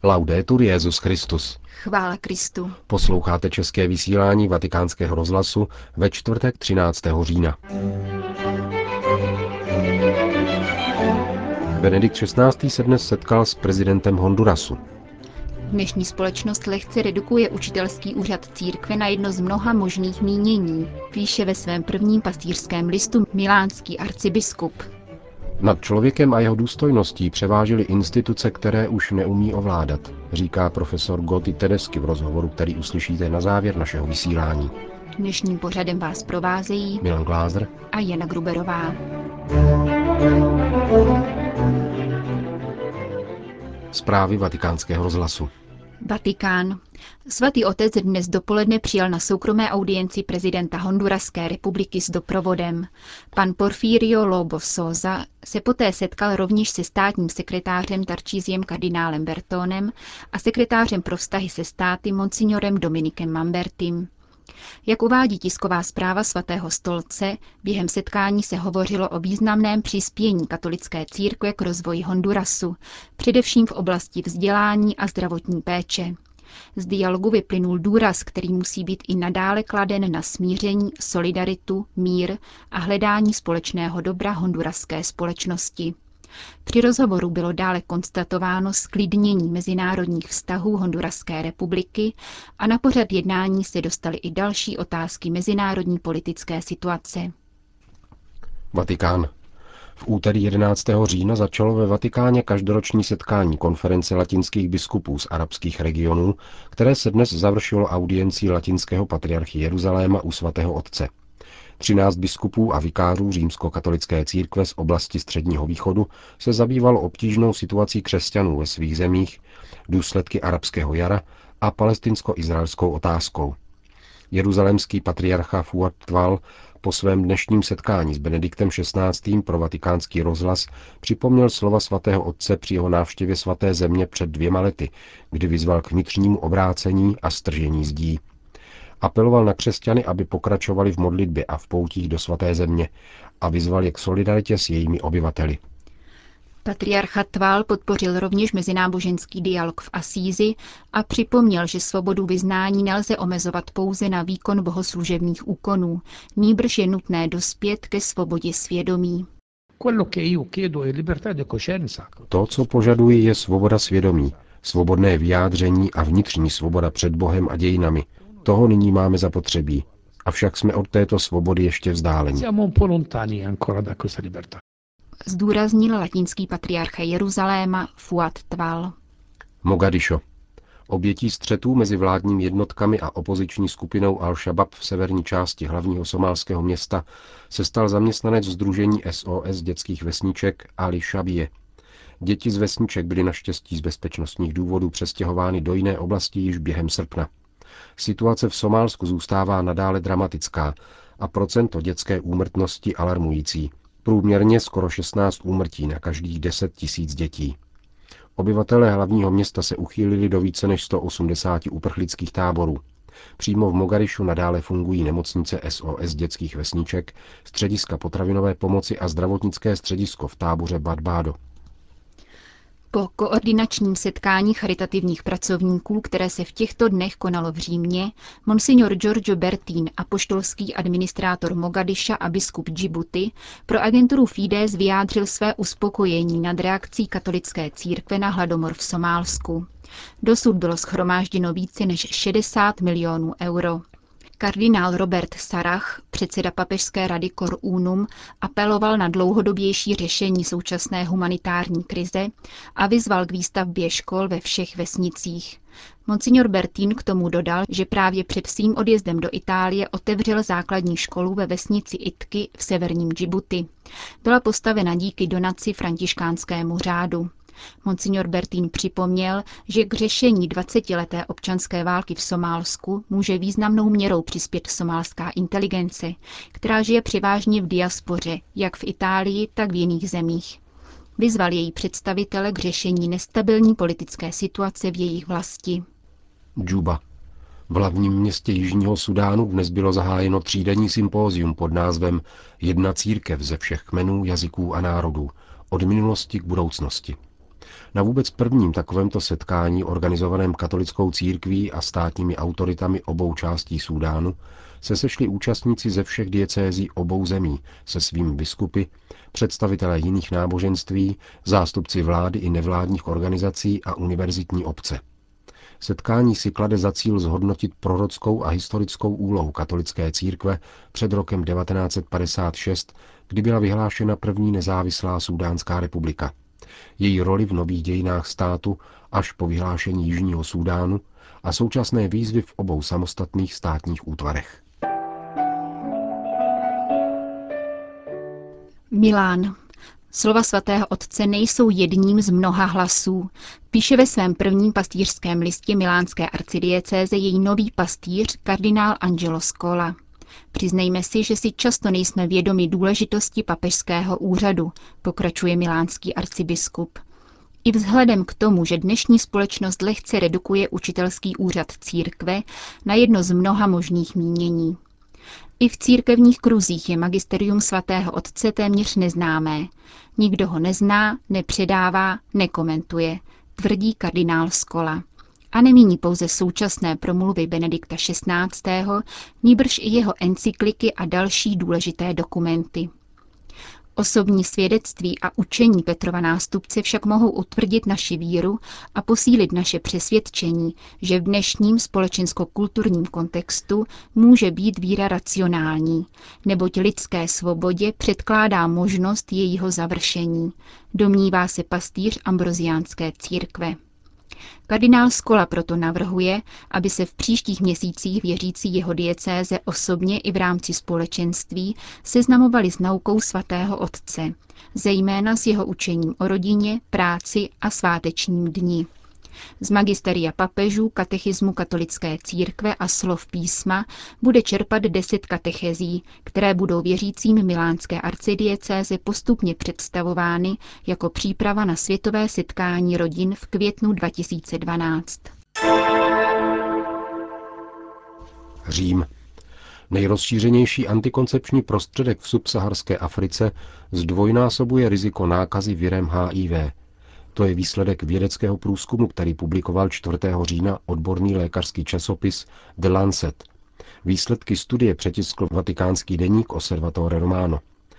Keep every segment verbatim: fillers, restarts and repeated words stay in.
Laudetur Jesus Christus. Chvála Kristu. Posloucháte české vysílání Vatikánského rozhlasu ve čtvrtek třináctého října. Benedikt šestnáctý. se dnes setkal s prezidentem Hondurasu. Dnešní společnost lehce redukuje učitelský úřad církve na jedno z mnoha možných mínění, píše ve svém prvním pastýřském listu milánský arcibiskup. Nad člověkem a jeho důstojností převážily instituce, které už neumí ovládat, říká profesor Gotti Tedeschi v rozhovoru, který uslyšíte na závěr našeho vysílání. Dnešním pořadem vás provázejí Milan Glázer a Jana Gruberová. Zprávy Vatikánského rozhlasu. Vatikán. Svatý otec dnes dopoledne přijal na soukromé audienci prezidenta Honduraské republiky s doprovodem. Pan Porfirio Lobo Sousa se poté setkal rovněž se státním sekretářem Tarcísiem kardinálem Bertónem a sekretářem pro vztahy se státy monsignorem Dominikem Mambertim. Jak uvádí tisková zpráva svatého stolce, během setkání se hovořilo o významném přispění katolické církve k rozvoji Hondurasu, především v oblasti vzdělání a zdravotní péče. Z dialogu vyplynul důraz, který musí být i nadále kladen na smíření, solidaritu, mír a hledání společného dobra honduraské společnosti. Při rozhovoru bylo dále konstatováno zklidnění mezinárodních vztahů Honduraské republiky a na pořad jednání se dostaly i další otázky mezinárodní politické situace. Vatikán. V úterý jedenáctého října začalo ve Vatikáně každoroční setkání konference latinských biskupů z arabských regionů, které se dnes završilo audiencí latinského patriarchy Jeruzaléma u svatého otce. Třináct biskupů a vikářů římskokatolické církve z oblasti Středního východu se zabývalo obtížnou situací křesťanů ve svých zemích, důsledky arabského jara a palestinsko-izraelskou otázkou. Jeruzalémský patriarcha Fuad Tval po svém dnešním setkání s Benediktem šestnáctým. pro Vatikánský rozhlas připomněl slova svatého otce při jeho návštěvě svaté země před dvěma lety, kdy vyzval k vnitřnímu obrácení a stržení zdí. Apeloval na křesťany, aby pokračovali v modlitbě a v poutích do svaté země a vyzval je k solidaritě s jejími obyvateli. Patriarcha Tval podpořil rovněž mezináboženský dialog v Asízi a připomněl, že svobodu vyznání nelze omezovat pouze na výkon bohoslužebných úkonů, nýbrž je nutné dospět ke svobodě svědomí. To, co požaduji, je svoboda svědomí, svobodné vyjádření a vnitřní svoboda před Bohem a dějinami. Toho nyní máme zapotřebí. Avšak jsme od této svobody ještě vzdáleni. Zdůraznil latinský patriarcha Jeruzaléma Fuad Tval. Mogadišo. Obětí střetů mezi vládními jednotkami a opoziční skupinou Al-Shabaab v severní části hlavního somálského města se stal zaměstnanec sdružení S O S dětských vesniček Ali Shabie. Děti z vesniček byly naštěstí z bezpečnostních důvodů přestěhovány do jiné oblasti již během srpna. Situace v Somálsku zůstává nadále dramatická a procento dětské úmrtnosti alarmující. Průměrně skoro šestnáct úmrtí na každých deset tisíc dětí. Obyvatelé hlavního města se uchýlili do více než sto osmdesáti uprchlických táborů. Přímo v Mogadišu nadále fungují nemocnice S O S dětských vesniček, střediska potravinové pomoci a zdravotnické středisko v táboře Bad Bado. Po koordinačním setkání charitativních pracovníků, které se v těchto dnech konalo v Římě, monsignor Giorgio Bertin, apoštolský administrátor Mogadiša a biskup Džibuty, pro agenturu Fides vyjádřil své uspokojení nad reakcí katolické církve na hladomor v Somálsku. Dosud bylo shromážděno více než šedesát milionů euro. Kardinál Robert Sarach, předseda papežské rady Cor Unum, apeloval na dlouhodobější řešení současné humanitární krize a vyzval k výstavbě škol ve všech vesnicích. Monsignor Bertin k tomu dodal, že právě před svým odjezdem do Itálie otevřel základní školu ve vesnici Itky v severním Džibuti. Byla postavena díky donaci františkánskému řádu. Monsignor Bertin připomněl, že k řešení dvacetileté občanské války v Somálsku může významnou měrou přispět somálská inteligence, která žije převážně v diaspoře, jak v Itálii, tak v jiných zemích. Vyzval její představitele k řešení nestabilní politické situace v jejich vlasti. Džuba. V hlavním městě Jižního Sudánu dnes bylo zahájeno třídenní sympózium pod názvem Jedna církev ze všech kmenů, jazyků a národů, od minulosti k budoucnosti. Na vůbec prvním takovémto setkání organizovaném katolickou církví a státními autoritami obou částí Súdánu se sešli účastníci ze všech diecézí obou zemí se svými biskupy, představitelé jiných náboženství, zástupci vlády i nevládních organizací a univerzitní obce. Setkání si klade za cíl zhodnotit prorockou a historickou úlohu katolické církve před rokem devatenáct set padesát šest, kdy byla vyhlášena první nezávislá Súdánská republika. Její roli v nových dějinách státu až po vyhlášení Jižního Súdánu a současné výzvy v obou samostatných státních útvarech. Milán. Slova svatého otce nejsou jedním z mnoha hlasů. Píše ve svém prvním pastýřském listě milánské arcidiecéze její nový pastýř kardinál Angelo Scola. Přiznejme si, že si často nejsme vědomi důležitosti papežského úřadu, pokračuje milánský arcibiskup. I vzhledem k tomu, že dnešní společnost lehce redukuje učitelský úřad církve na jedno z mnoha možných mínění. I v církevních kruzích je magisterium svatého otce téměř neznámé. Nikdo ho nezná, nepředává, nekomentuje, tvrdí kardinál Scola. A nemíní pouze současné promluvy Benedikta šestnáctého, nýbrž i jeho encykliky a další důležité dokumenty. Osobní svědectví a učení Petrova nástupce však mohou utvrdit naši víru a posílit naše přesvědčení, že v dnešním společensko-kulturním kontextu může být víra racionální, neboť lidské svobodě předkládá možnost jejího završení, domnívá se pastýř ambroziánské církve. Kardinál Scola proto navrhuje, aby se v příštích měsících věřící jeho diecéze osobně i v rámci společenství seznamovali s naukou svatého otce, zejména s jeho učením o rodině, práci a svátečním dni. Z magisteria papežů, katechismu katolické církve a slov písma bude čerpat deset katechezí, které budou věřícím milánské arcidiecéze postupně představovány jako příprava na světové setkání rodin v květnu dva tisíce dvanáct. Řím. Nejrozšířenější antikoncepční prostředek v subsaharské Africe zdvojnásobuje riziko nákazy virem H I V. To je výsledek vědeckého průzkumu, který publikoval čtvrtého října odborný lékařský časopis The Lancet. Výsledky studie přetiskl vatikánský deník Osservatore Romano.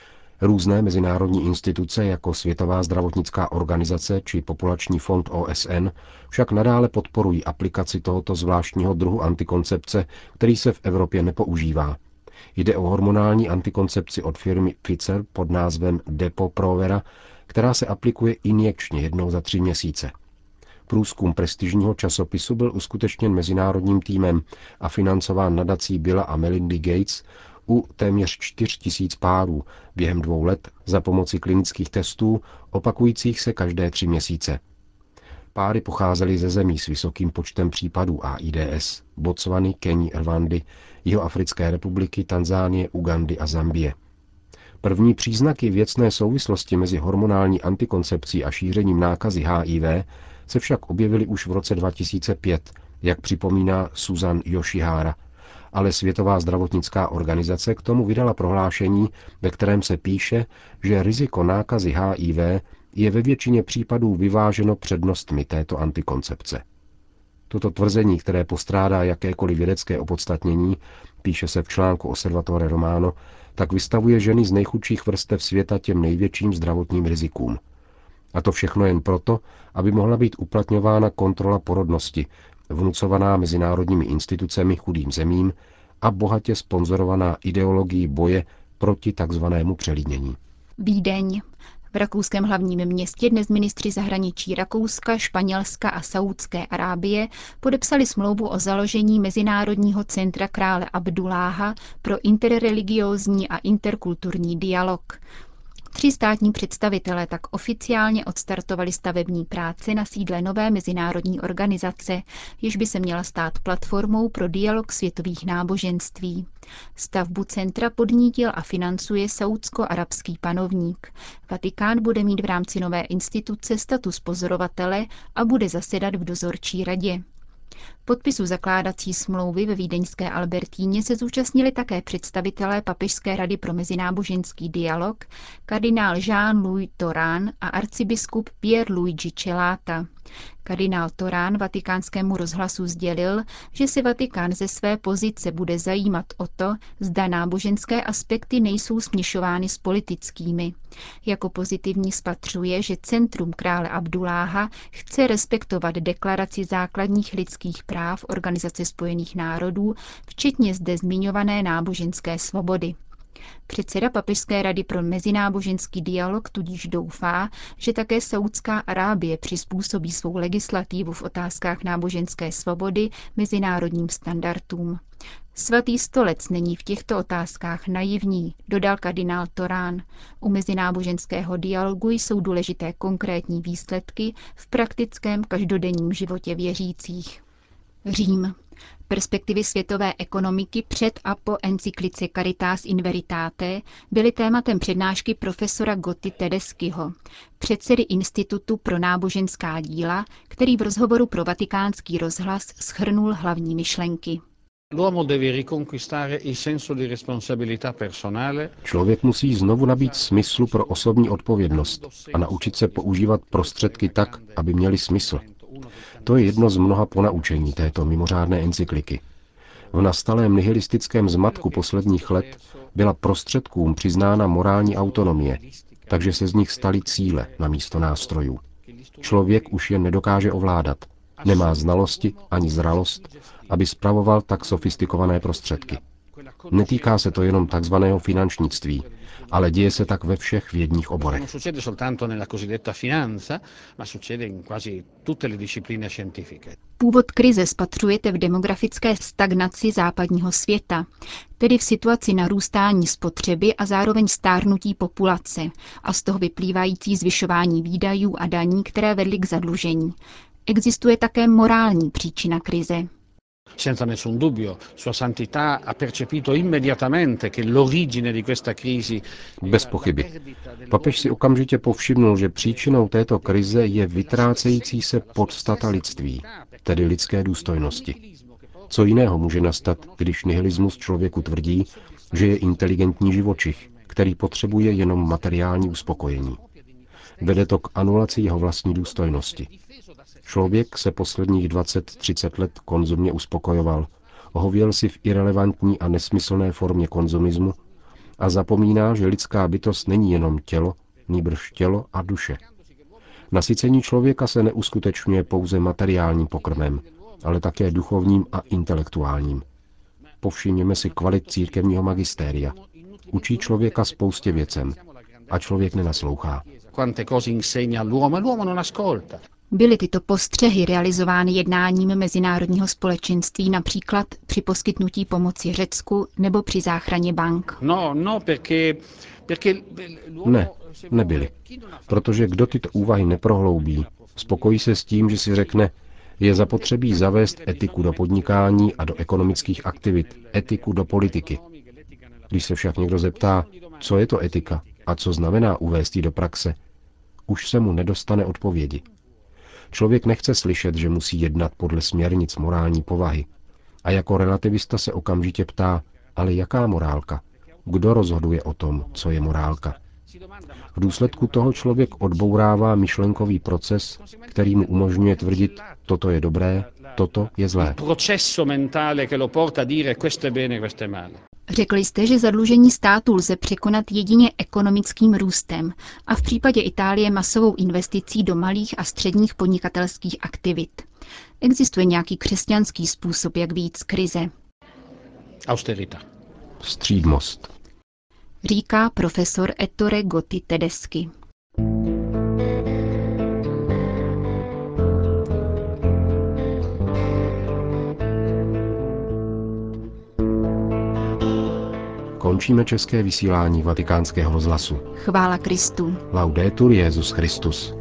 Různé mezinárodní instituce jako Světová zdravotnická organizace či Populační fond O S N však nadále podporují aplikaci tohoto zvláštního druhu antikoncepce, který se v Evropě nepoužívá. Jde o hormonální antikoncepci od firmy Pfizer pod názvem Depo-Provera, která se aplikuje injekčně jednou za tři měsíce. Průzkum prestižního časopisu byl uskutečněn mezinárodním týmem a financován nadací Billa a Melindy Gates u téměř čtyř tisíc párů během dvou let za pomoci klinických testů opakujících se každé tři měsíce. Páry pocházely ze zemí s vysokým počtem případů AIDS, Botswany, Keni, Rwandy, Jihoafrické republiky, Tanzánie, Ugandy a Zambie. První příznaky věcné souvislosti mezi hormonální antikoncepcí a šířením nákazy H I V se však objevily už v roce dva tisíce pět, jak připomíná Susan Yoshihara, ale Světová zdravotnická organizace k tomu vydala prohlášení, ve kterém se píše, že riziko nákazy H I V je ve většině případů vyváženo přednostmi této antikoncepce. Toto tvrzení, které postrádá jakékoliv vědecké opodstatnění, píše se v článku Osservatore Romano, tak vystavuje ženy z nejchudších vrstev světa těm největším zdravotním rizikům. A to všechno jen proto, aby mohla být uplatňována kontrola porodnosti, vnucovaná mezinárodními institucemi chudým zemím a bohatě sponzorovaná ideologií boje proti takzvanému přelidnění. Vídeň. V rakouském hlavním městě dnes ministři zahraničí Rakouska, Španělska a Saúdské Arábie podepsali smlouvu o založení Mezinárodního centra krále Abdulláha pro interreligiózní a interkulturní dialog. Tři státní představitelé tak oficiálně odstartovali stavební práce na sídle nové mezinárodní organizace, jež by se měla stát platformou pro dialog světových náboženství. Stavbu centra podnítil a financuje saúdsko-arabský panovník. Vatikán bude mít v rámci nové instituce status pozorovatele a bude zasedat v dozorčí radě. Podpisu zakládací smlouvy ve vídeňské Albertíně se zúčastnili také představitelé Papežské rady pro mezináboženský dialog, kardinál Jean-Louis Torán a arcibiskup Pierluigi Celata. Kardinál Torán Vatikánskému rozhlasu sdělil, že se Vatikán ze své pozice bude zajímat o to, zda náboženské aspekty nejsou směšovány s politickými. Jako pozitivní spatřuje, že Centrum krále Abdulláha chce respektovat deklaraci základních lidských práv Organizace spojených národů, včetně zde zmiňované náboženské svobody. Předseda Papežské rady pro mezináboženský dialog tudíž doufá, že také Saúdská Arábie přizpůsobí svou legislativu v otázkách náboženské svobody mezinárodním standardům. Svatý stolec není v těchto otázkách naivní, dodal kardinál Torán. U mezináboženského dialogu jsou důležité konkrétní výsledky v praktickém každodenním životě věřících. Řím. Perspektivy světové ekonomiky před a po encyklice Caritas in Veritate byly tématem přednášky profesora Gotti Tedeschiho, předsedy Institutu pro náboženská díla, který v rozhovoru pro Vatikánský rozhlas shrnul hlavní myšlenky. Člověk musí znovu nabít smyslu pro osobní odpovědnost a naučit se používat prostředky tak, aby měly smysl. To je jedno z mnoha ponaučení této mimořádné encykliky. V nastalém nihilistickém zmatku posledních let byla prostředkům přiznána morální autonomie, takže se z nich staly cíle namísto nástrojů. Člověk už je nedokáže ovládat, nemá znalosti ani zralost, aby spravoval tak sofistikované prostředky. Netýká se to jenom takzvaného finančnictví, ale děje se tak ve všech vědních oborech. Původ krize spatřujete v demografické stagnaci západního světa, tedy v situaci narůstání spotřeby a zároveň stárnutí populace a z toho vyplývající zvyšování výdajů a daní, které vedly k zadlužení. Existuje také morální příčina krize. Senza nessun dubbio, Sua Santità ha percepito immediatamente che l'origine di questa crisi. Bez pochyby. Papež si okamžitě povšimnul, že příčinou této krize je vytrácející se podstata lidství, tedy lidské důstojnosti. Co jiného může nastat, když nihilismus člověku tvrdí, že je inteligentní živočich, který potřebuje jenom materiální uspokojení. Vede to k anulaci jeho vlastní důstojnosti. Člověk se posledních dvacet třicet let konzumně uspokojoval, hověl si v irelevantní a nesmyslné formě konzumismu a zapomíná, že lidská bytost není jenom tělo, nýbrž tělo a duše. Nasycení člověka se neuskutečňuje pouze materiálním pokrmem, ale také duchovním a intelektuálním. Povšimněme si kvalit církevního magistéria. Učí člověka spoustě věcem a člověk nenaslouchá. Byly tyto postřehy realizovány jednáním mezinárodního společenství například při poskytnutí pomoci Řecku nebo při záchraně bank? No, no, perché, perché... Ne, nebyly. Protože kdo tyto úvahy neprohloubí, spokojí se s tím, že si řekne, je zapotřebí zavést etiku do podnikání a do ekonomických aktivit, etiku do politiky. Když se však někdo zeptá, co je to etika a co znamená uvést ji do praxe, už se mu nedostane odpovědi. Člověk nechce slyšet, že musí jednat podle směrnic morální povahy. A jako relativista se okamžitě ptá, ale jaká morálka? Kdo rozhoduje o tom, co je morálka? V důsledku toho člověk odbourává myšlenkový proces, který mu umožňuje tvrdit, toto je dobré, toto je zlé. Řekl jste, že zadlužení státu lze překonat jedině ekonomickým růstem a v případě Itálie masovou investicí do malých a středních podnikatelských aktivit. Existuje nějaký křesťanský způsob, jak vyjít z krize? Austerita. Střídmost. Říká profesor Ettore Gotti Tedeschi. Končíme české vysílání Vatikánského rozhlasu. Chvála Kristu. Laudetur Jesus Christus.